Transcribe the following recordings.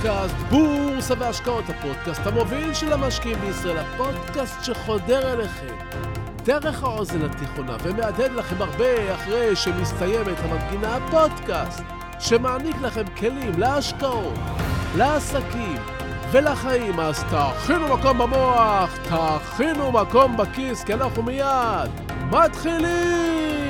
פודקאסט בורסה והשקעות, הפודקאסט המוביל של המשקיעים בישראל, הפודקאסט שחודר אליכם דרך האוזן התיכונה ומעדד לכם הרבה אחרי שמסתיימת המנגינה, הפודקאסט שמעניק לכם כלים להשקעות, לעסקים ולחיים. אז תכינו מקום במוח, תכינו מקום בכיס, כי אנחנו מיד מתחילים.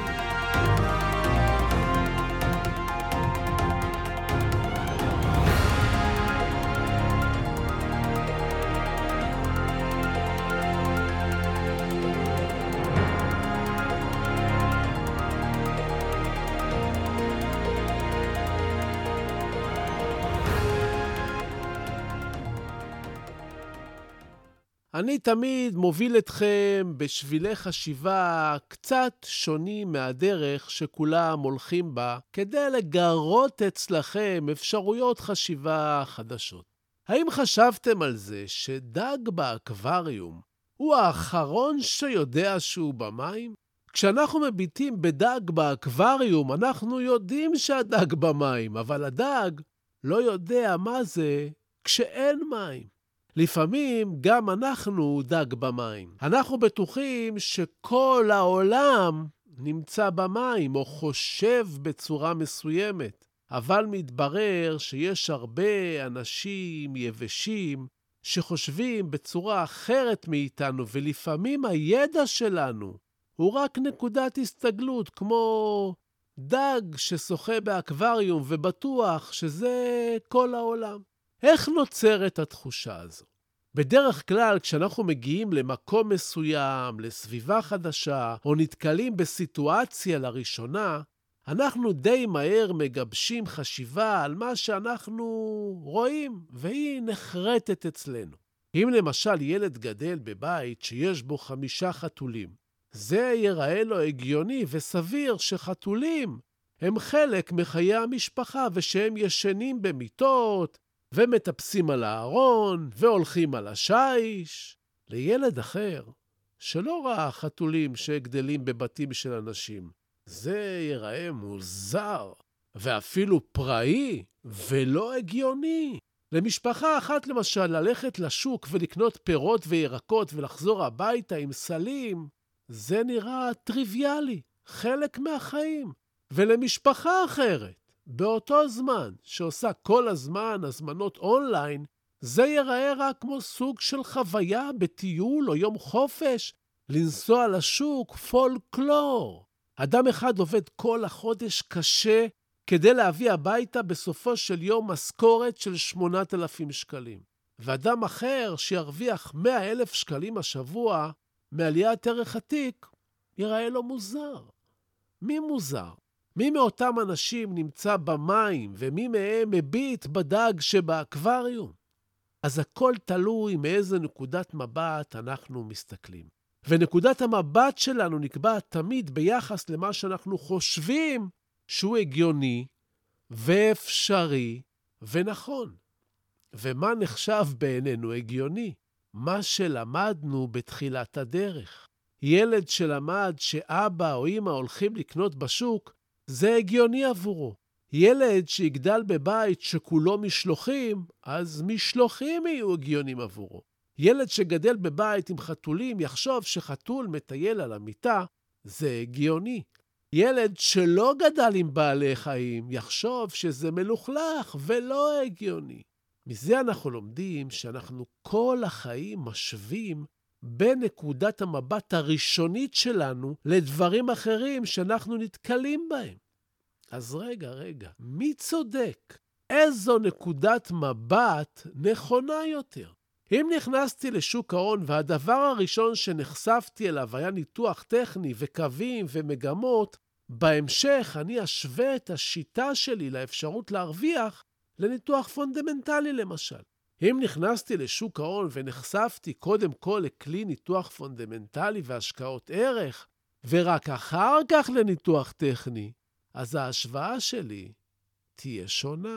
אני תמיד מוביל אתכם בשבילי חשיבה קצת שונים מהדרך שכולם הולכים בה, כדי לגרות אצלכם אפשרויות חשיבה חדשות. האם חשבתם על זה שדג באקווריום הוא האחרון שיודע שהוא במים? כשאנחנו מביטים בדג באקווריום, אנחנו יודעים שהדג במים, אבל הדג לא יודע מה זה כשאין מים. לפעמים גם אנחנו דג במים. אנחנו בטוחים שכל העולם נמצא במים או חושב בצורה מסוימת, אבל מתברר שיש הרבה אנשים יבשים שחושבים בצורה אחרת מאיתנו, ולפעמים הידע שלנו הוא רק נקודת הסתגלות, כמו דג ששוחה באקווריום ובטוח שזה כל העולם. איך נוצרת התחושה הזו? בדרך כלל, כשאנחנו מגיעים למקום מסוים, לסביבה חדשה, או נתקלים בסיטואציה לראשונה, אנחנו די מהר מגבשים חשיבה על מה שאנחנו רואים, והיא נחרטת אצלנו. אם למשל ילד גדל בבית שיש בו 5 חתולים, זה ייראה לו הגיוני וסביר שחתולים הם חלק מחיי המשפחה, ושהם ישנים במיטות, ומטפסים על הארון, והולכים על השיש. לילד אחר, שלא ראה חתולים שגדלים בבתים של אנשים, זה ייראה מוזר, ואפילו פראי, ולא הגיוני. למשפחה אחת למשל, ללכת לשוק ולקנות פירות וירקות ולחזור הביתה עם סלים, זה נראה טריוויאלי, חלק מהחיים. ולמשפחה אחרת, באותו זמן שעושה כל הזמן הזמנות אונליין, זה ייראה רק כמו סוג של חוויה בטיול או יום חופש, לנסוע לשוק, פולקלור. אדם אחד עובד כל החודש קשה כדי להביא הביתה בסופו של יום משכורת של 8,000 שקלים. ואדם אחר שירוויח 100,000 שקלים השבוע מעליית ערך התיק, ייראה לו מוזר. מי מוזר? מי מאותם אנשים נמצא במים, ומי מהם מביט בדג שבאקווריום? אז הכל תלוי מאיזה נקודת מבט אנחנו מסתכלים. ונקודת המבט שלנו נקבעת תמיד ביחס למה שאנחנו חושבים שהוא הגיוני, ואפשרי, ונכון. ומה נחשב בעינינו הגיוני? מה שלמדנו בתחילת הדרך. ילד שלמד שאבא או אמא הולכים לקנות בשוק, זה הגיוני עבורו. ילד שיגדל בבית שכולו משלוחים, אז משלוחים יהיו הגיונים עבורו. ילד שגדל בבית עם חתולים יחשוב שחתול מטייל על המיטה, זה הגיוני. ילד שלא גדל עם בעלי חיים יחשוב שזה מלוכלך ולא הגיוני. מזה אנחנו לומדים שאנחנו כל החיים משווים בנקודת המבט הראשונית שלנו לדברים אחרים שאנחנו נתקלים בהם. אז רגע, מי צודק? איזו נקודת מבט נכונה יותר? אם נכנסתי לשוק ההון והדבר הראשון שנחשפתי אליו היה ניתוח טכני וקווים ומגמות, בהמשך אני אשווה את השיטה שלי לאפשרות להרוויח לניתוח פונדמנטלי למשל. אם נכנסתי לשוק ההון ונחשפתי קודם כל לכלי ניתוח פונדמנטלי והשקעות ערך, ורק אחר כך לניתוח טכני, אז ההשוואה שלי תהיה שונה.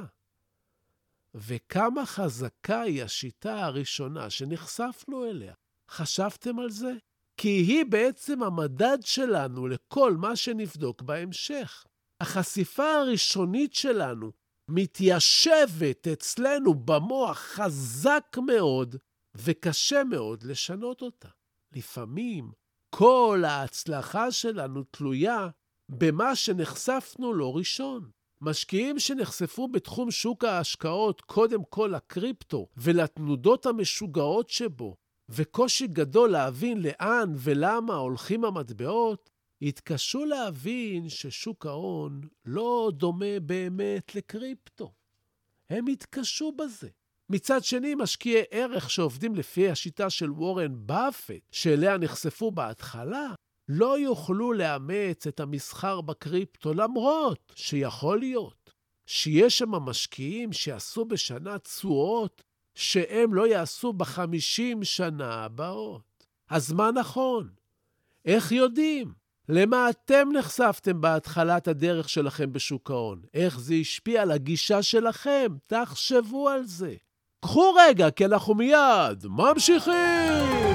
וכמה חזקה היא השיטה הראשונה שנחשפנו אליה. חשבתם על זה? כי היא בעצם המדד שלנו לכל מה שנבדוק בהמשך. החשיפה הראשונית שלנו מתיישבת אצלנו במוח חזק מאוד, וקשה מאוד לשנות אותה. לפעמים כל ההצלחה שלנו תלויה במה שנחשפנו לו ראשון. משקיעים שנחשפו בתחום שוק ההשקעות קודם כל לקריפטו ולתנודות המשוגעות שבו, וקושי גדול להבין לאן ולמה הולכים המטבעות, התקשו להבין ששוק ההון לא דומה באמת לקריפטו. הם התקשו בזה. מצד שני, משקיעי ערך שעובדים לפי השיטה של וורן באפט, שאליה נחשפו בהתחלה, לא יוכלו לאמץ את המסחר בקריפטו, למרות שיכול להיות שיש שם משקיעים שיעשו בשנה תשואות שהם לא יעשו ב50 שנה הבאות. אז מה נכון? איך יודעים? למה אתם נחשפתם בהתחלת הדרך שלכם בשוק ההון? איך זה השפיע על הגישה שלכם? תחשבו על זה. קחו רגע, כי אנחנו מיד ממשיכים!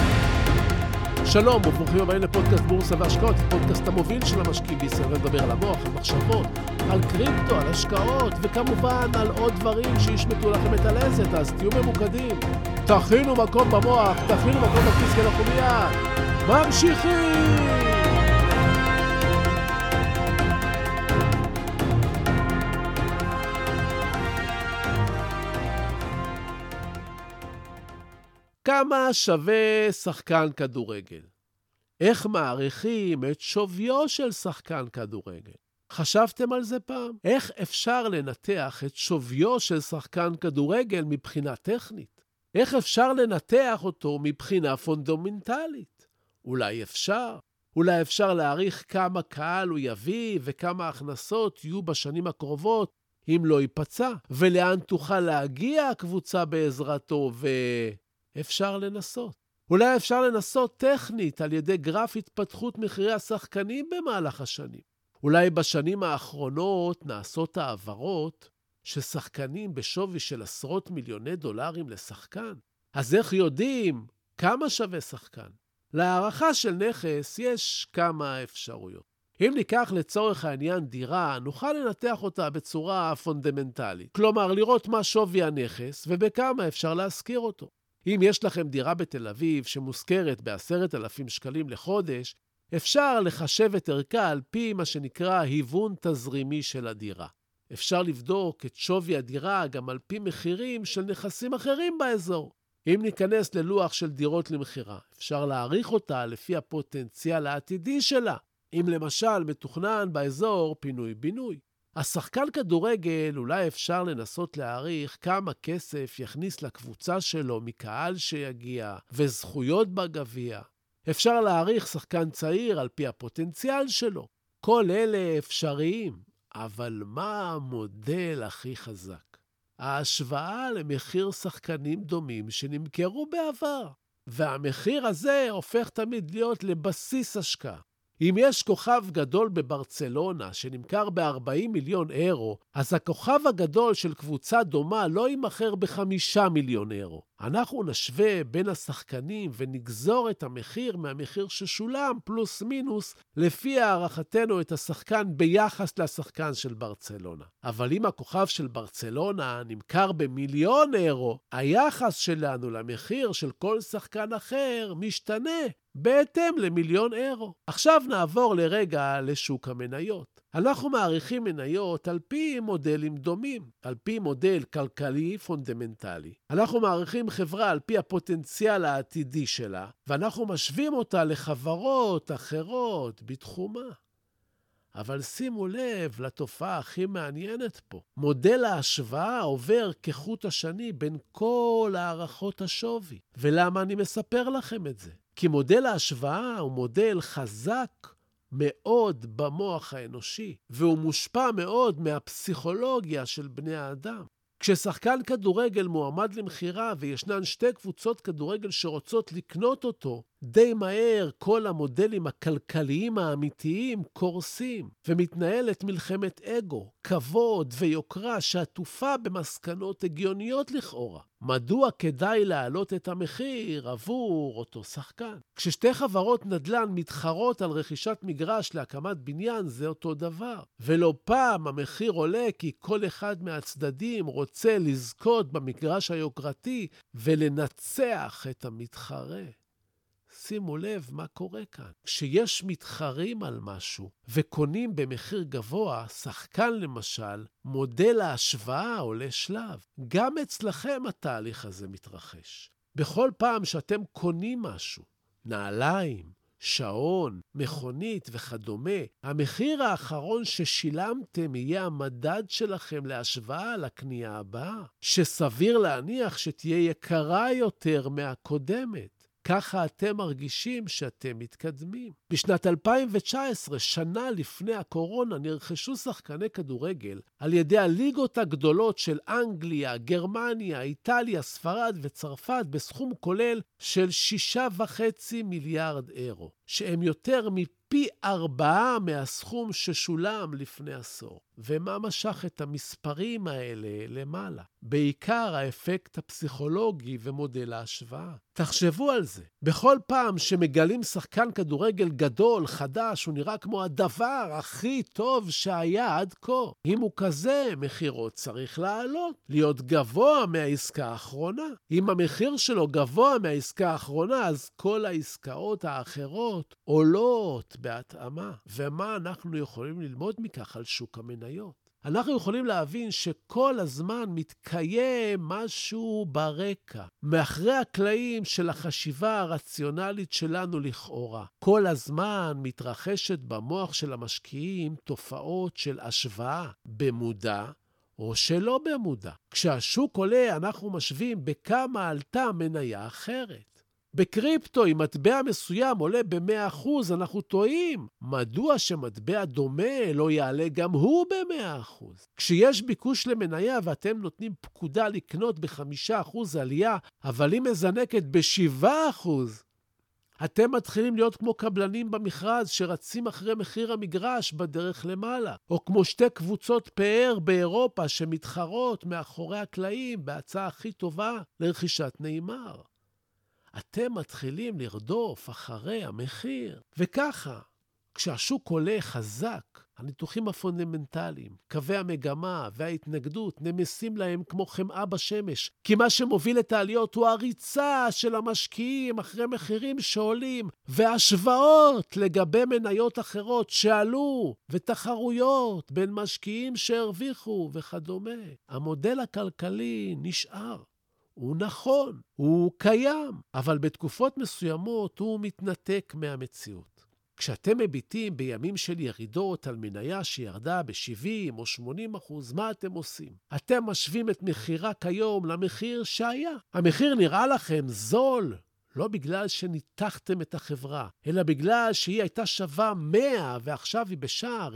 שלום וברוכים הבאים לפודקאסט בורסה והשקעות, פודקאסט המוביל של המשקיעים בישראל, ונדבר על המוח, על מחשבות, על קריפטו, על השקעות, וכמובן על עוד דברים שישמטו לכם את הלסת, אז תהיו ממוקדים. תכינו מקום במוח, תכינו מקום בכיס, כי אנחנו מיד ממשיכים! כמה שווה שחקן כדורגל? איך מעריכים את שוויו של שחקן כדורגל? חשבתם על זה פעם? איך אפשר לנתח את שוויו של שחקן כדורגל מבחינה טכנית? איך אפשר לנתח אותו מבחינה פונדמנטלית? אולי אפשר. אולי אפשר להעריך כמה קהל הוא יביא וכמה הכנסות יהיו בשנים הקרובות אם לא ייפצע, ולאן תוכל להגיע הקבוצה בעזרתו אפשר לנסות. אולי אפשר לנסות טכנית על ידי גרף התפתחות מחירי השחקנים במהלך השנים. אולי בשנים האחרונות נעשות העברות ששחקנים בשווי של עשרות מיליוני דולרים לשחקן. אז איך יודעים כמה שווה שחקן? להערכה של נכס יש כמה אפשרויות. אם ניקח לצורך העניין דירה, נוכל לנתח אותה בצורה פונדמנטלית. כלומר, לראות מה שווי הנכס ובכמה אפשר להשכיר אותו. אם יש לכם דירה בתל אביב שמושכרת ב10,000 שקלים לחודש, אפשר לחשב את ערכה על פי מה שנקרא היוון תזרימי של הדירה. אפשר לבדוק את שווי הדירה גם על פי מחירים של נכסים אחרים באזור. אם ניכנס ללוח של דירות למחירה, אפשר להעריך אותה לפי הפוטנציאל העתידי שלה. אם למשל מתוכנן באזור פינוי-בינוי. השחקן כדורגל אולי אפשר לנסות להעריך כמה כסף יכניס לקבוצה שלו מקהל שיגיע וזכויות בגביע. אפשר להעריך שחקן צעיר על פי הפוטנציאל שלו. כל אלה אפשריים, אבל מה המודל הכי חזק? ההשוואה למחיר שחקנים דומים שנמכרו בעבר. והמחיר הזה הופך תמיד להיות לבסיס השקעה. אם יש כוכב גדול בברצלונה שנמכר ב40 מיליון אירו, אז הכוכב הגדול של קבוצה דומה לא יימכר ב5 מיליון אירו. אנחנו נשווה בין השחקנים ונגזור את המחיר מהמחיר ששולם פלוס מינוס לפי הערכתנו את השחקן ביחס לשחקן של ברצלונה. אבל אם הכוכב של ברצלונה נמכר במיליון אירו, היחס שלנו למחיר של כל שחקן אחר משתנה בהתאם למיליון אירו. עכשיו נעבור לרגע לשוק המניות. אנחנו מעריכים מניות על פי מודלים דומים, על פי מודל כלכלי פונדמנטלי. אנחנו מעריכים חברה על פי הפוטנציאל העתידי שלה, ואנחנו משווים אותה לחברות אחרות בתחומה. אבל שימו לב לתופעה הכי מעניינת פה. מודל ההשוואה עובר כחוט השני בין כל הערכות השווי. ולמה אני מספר לכם את זה? כי מודל ההשוואה הוא מודל חזק מאוד במוח האנושי, והוא מושפע מאוד מהפסיכולוגיה של בני האדם. כששחקן כדורגל מועמד למחירה וישנן שתי קבוצות כדורגל שרוצות לקנות אותו, די מהר כל המודלים הכלכליים האמיתיים קורסים, ומתנהלת מלחמת אגו, כבוד ויוקרה שעטופה במסקנות הגיוניות לכאורה. מדוע כדאי להעלות את המחיר עבור אותו שחקן? כששתי חברות נדל"ן מתחרות על רכישת מגרש להקמת בניין, זה אותו דבר. ולא פעם המחיר עולה כי כל אחד מהצדדים רוצה לזכות במגרש היוקרתי ולנצח את המתחרה. שימו לב מה קורה כאן. כשיש מתחרים על משהו וקונים במחיר גבוה, שחקן למשל, מודל ההשוואה עולה שלב. גם אצלכם התהליך הזה מתרחש. בכל פעם שאתם קונים משהו, נעליים, שעון, מכונית וכדומה, המחיר האחרון ששילמתם יהיה המדד שלכם להשוואה לקנייה הבאה, שסביר להניח שתהיה יקרה יותר מהקודמת. ככה אתם מרגישים שאתם מתקדמים. בשנת 2019, שנה לפני הקורונה, נרכשו שחקני כדורגל על ידי הליגות הגדולות של אנגליה, גרמניה, איטליה, ספרד וצרפת בסכום כולל של 6.5 מיליארד אירו, שהם יותר מפי 4 מהסכום ששולם לפני עשור. ומה משך את המספרים האלה למעלה? בעיקר האפקט הפסיכולוגי ומודל ההשוואה. תחשבו על זה. בכל פעם שמגלים שחקן כדורגל גדול, חדש, הוא נראה כמו הדבר הכי טוב שהיה עד כה. אם הוא כזה, מחירו צריך לעלות, להיות גבוה מהעסקה האחרונה. אם המחיר שלו גבוה מהעסקה האחרונה, אז כל העסקאות האחרות עולות בהתאמה. ומה אנחנו יכולים ללמוד מכך על שוק המניות? אנחנו יכולים להבין שכל הזמן מתקיים משהו ברקע, מאחורי הקלעים של החשיבה הרציונלית שלנו לכאורה. כל הזמן מתרחשת במוח של המשקיעים תופעות של השוואה, במודע או שלא במודע. כשהשוק עולה, אנחנו משווים בכמה עלתה מניה אחרת. בקריפטו, אם מטבע מסוים עולה ב100%, אנחנו טועים. מדוע שמטבע דומה לא יעלה גם הוא ב100%? כשיש ביקוש למניה ואתם נותנים פקודה לקנות ב5% עלייה, אבל היא מזנקת ב7%, אתם מתחילים להיות כמו קבלנים במכרז שרצים אחרי מחיר המגרש בדרך למעלה, או כמו שתי קבוצות פאר באירופה שמתחרות מאחורי הקלעים בהצעה הכי טובה לרכישת נאמר. אתם מתחילים לרדוף אחרי המחיר. וככה, כשהשוק עולה חזק, הניתוחים הפונדמנטליים, קווי המגמה וההתנגדות נמסים להם כמו חמאה בשמש, כי מה שמוביל את העליות הוא הריצה של המשקיעים אחרי מחירים שעולים, והשוואות לגבי מניות אחרות שעלו, ותחרויות בין משקיעים שהרוויחו וכדומה. המודל הכלכלי נשאר. הוא נכון, הוא קיים, אבל בתקופות מסוימות הוא מתנתק מהמציאות. כשאתם מביטים בימים של ירידות על מניה שירדה ב70 או 80%, מה אתם עושים? אתם משווים את מחירה כיום למחיר שהיה. המחיר נראה לכם זול, לא בגלל שניתחתם את החברה, אלא בגלל שהיא הייתה שווה 100 ועכשיו היא בשער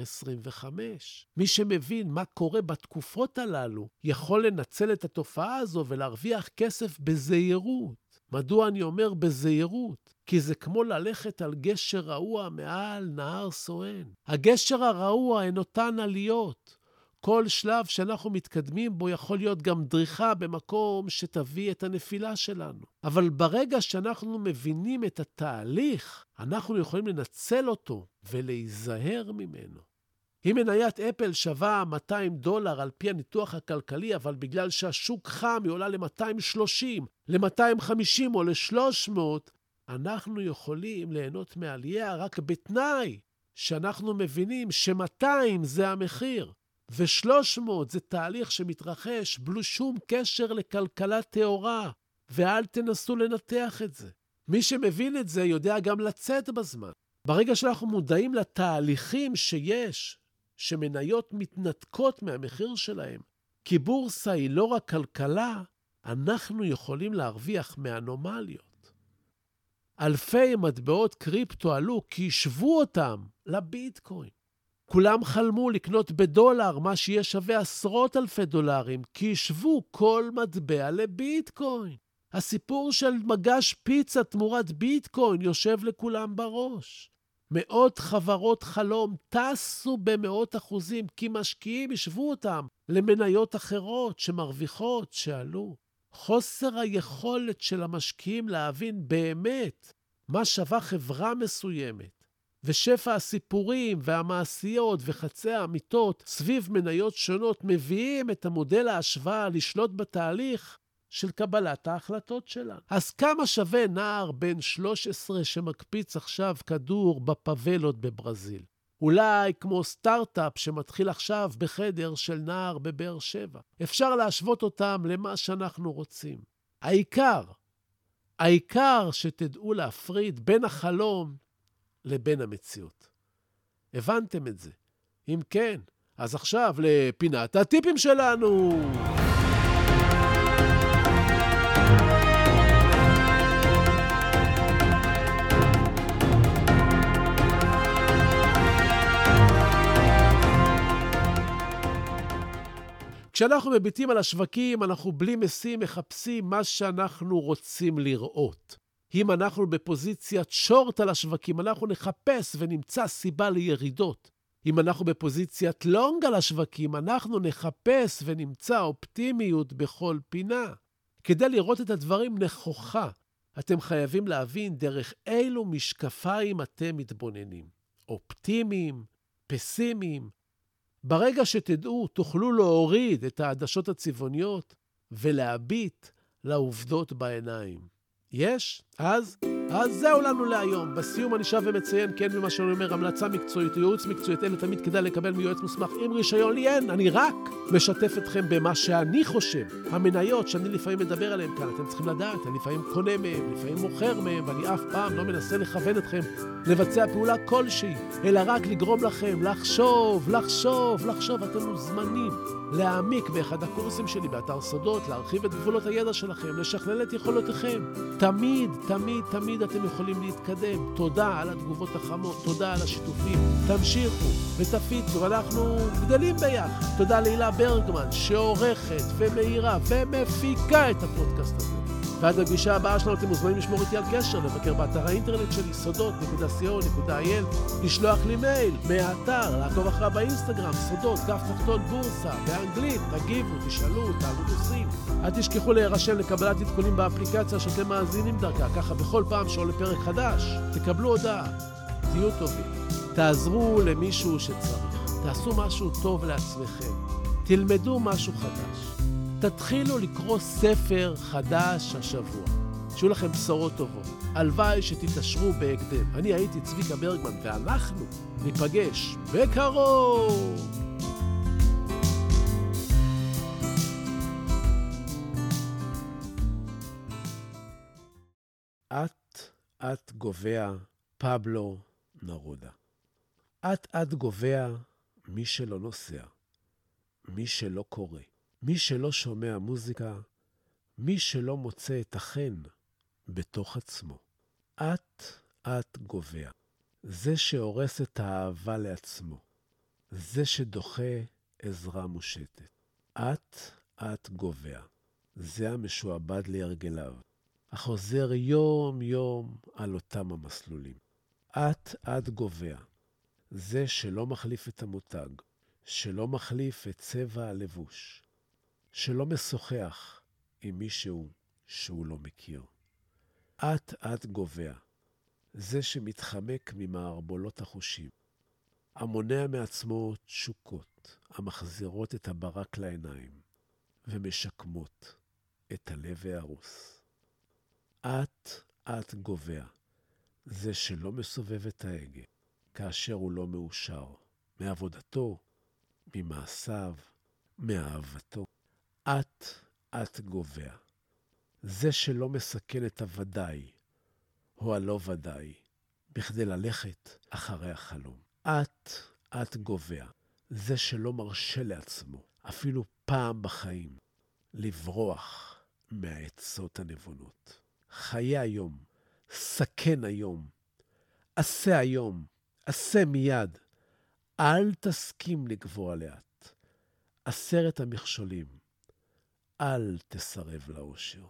25. מי שמבין מה קורה בתקופות הללו, יכול לנצל את התופעה הזו ולהרוויח כסף בזהירות. מדוע אני אומר בזהירות? כי זה כמו ללכת על גשר רעוע מעל נהר סואן. הגשר הרעוע הן אותן עליות. כל שלב שאנחנו מתקדמים בו יכול להיות גם דריכה במקום שתביא את הנפילה שלנו. אבל ברגע שאנחנו מבינים את התהליך, אנחנו יכולים לנצל אותו ולהיזהר ממנו. אם מניית אפל שווה $200 על פי הניתוח הכלכלי, אבל בגלל שהשוק חם היא עולה ל-230, ל-250 או ל-300, אנחנו יכולים ליהנות מעלייה רק בתנאי שאנחנו מבינים ש200 זה המחיר. ו300 זה תהליך שמתרחש בלי שום קשר לכלכלה תאורה, ואל תנסו לנתח את זה. מי שמבין את זה יודע גם לצאת בזמן. ברגע שאנחנו מודעים לתהליכים שיש, שמניות מתנתקות מהמחיר שלהם, כי בורסה היא לא רק כלכלה, אנחנו יכולים להרוויח מאנומליות. אלפי מטבעות קריפטו עלו כי השוו אותם לביטקוין. כולם חלמו לקנות בדולר מה שיהיה שווה $10,000, כי השוו כל מטבע לביטקוין. הסיפור של מגש פיצה תמורת ביטקוין יושב לכולם בראש. מאות חברות חלום טסו במאות אחוזים, כי משקיעים השוו אותם למניות אחרות שמרוויחות שעלו. חוסר היכולת של המשקיעים להבין באמת מה שווה חברה מסוימת, ושפע הסיפורים והמעשיות וחצי האמיתות סביב מניות שונות מביאים את המודל ההשוואה לשלוט בתהליך של קבלת ההחלטות שלה. אז כמה שווה נער בן 13 שמקפיץ עכשיו כדור בפאבלות בברזיל? אולי כמו סטארט-אפ שמתחיל עכשיו בחדר של נער בבאר שבע. אפשר להשוות אותם למה שאנחנו רוצים. העיקר שתדעו להפריד בין החלום לבין המציאות. הבנתם את זה? אם כן, אז עכשיו לפינת הטיפים שלנו. כשאנחנו מביטים על השווקים, אנחנו בלי משים מחפשים מה שאנחנו רוצים לראות. אם אנחנו בפוזיציית שורט על השווקים, אנחנו נחפש ונמצא סיבה לירידות. אם אנחנו בפוזיציית לונג על השווקים, אנחנו נחפש ונמצא אופטימיות בכל פינה. כדי לראות את הדברים נכוחה, אתם חייבים להבין דרך אילו משקפיים אתם מתבוננים. אופטימיים, פסימיים. ברגע שתדעו, תוכלו להוריד את העדשות הצבעוניות ולהביט לעובדות בעיניים. יש? אז זהו לנו להיום. בסיום אני שב ומציין, כן במה שאני אומר, המלצה מקצועית, ייעוץ מקצועית, אלה תמיד כדאי לקבל מיועץ מוסמך עם רישיון. לי אין, אני רק משתף אתכם במה שאני חושב. המניות שאני לפעמים מדבר עליהן כאן, אתם צריכים לדעת, אני לפעמים קונה מהם, לפעמים מוכר מהם, ואני אף פעם לא מנסה לכוון אתכם לבצע פעולה כלשהי, אלא רק לגרום לכם לחשוב. אתם מוזמנים להעמיק באחד הקורסים שלי באתר סודות, להרחיב את גבולות הידע שלכם, לשכלל את יכולותיכם. תמיד אתם יכולים להתקדם. תודה על התגובות החמות, תודה על השיתופים. תמשיכו ותפיצו, ואנחנו גדלים ביחד. תודה להילה ברגמן, שעורכת ומאירה ומפיקה את הפודקאסט הזה. ועד הפגישה הבאה שלנו אתם מוזמנים לשמור איתי על קשר, לבקר באתר האינטרנט שלי, סודות.co.il, לשלוח לי מייל מהאתר, לעקוב אחריו באינסטגרם, סודות, בורסה, באנגלית, תגיבו, תשאלו, תעלו נושאים. אל תשכחו להירשם לקבלת עדכונים באפליקציה שאתם מאזינים דרכה, ככה בכל פעם שעולה פרק חדש, תקבלו הודעה, תהיו טובים, תעזרו למישהו שצריך, תעשו משהו טוב לעצמכם, תלמדו משהו חדש. תתחילו לקרוא ספר חדש השבוע. שיהיו לכם בשורות טובות. הלוואי שתתעשרו בהקדם. אני הייתי צביקה ברגמן, ואנחנו ניפגש בקרוב. את גובע, פבלו נרודה. את גובע מי שלא נוסע, מי שלא קורא. מי שלא שומע מוזיקה, מי שלא מוצא את החן בתוך עצמו. את גובע. זה שהורס את האהבה לעצמו. זה שדוחה עזרה מושטת. את גובע. זה המשועבד להרגליו. החוזר יום על אותם המסלולים. את גובע. זה שלא מחליף את המותג. שלא מחליף את צבע הלבוש. שלא משוחח עם מישהו שהוא לא מכיר. את גובע. זה שמתחמק ממערבולות החושים. המונע מעצמו תשוקות, המחזירות את הברק לעיניים, ומשקמות את הלב ההרוס. את גובע. זה שלא מסובב את ההגה, כאשר הוא לא מאושר, מעבודתו, ממעשיו, מאהבתו. את גובע. זה שלא מסכן את הוודאי, או הלא ודאי, בכדי ללכת אחרי החלום. את גובע. זה שלא מרשה לעצמו, אפילו פעם בחיים, לברוח מהעצות הנבונות. חיה היום, סכן היום, עשה היום, עשה מיד. אל תסכים לגבוה לאט. 10 המכשולים. אל תסרב לאושר.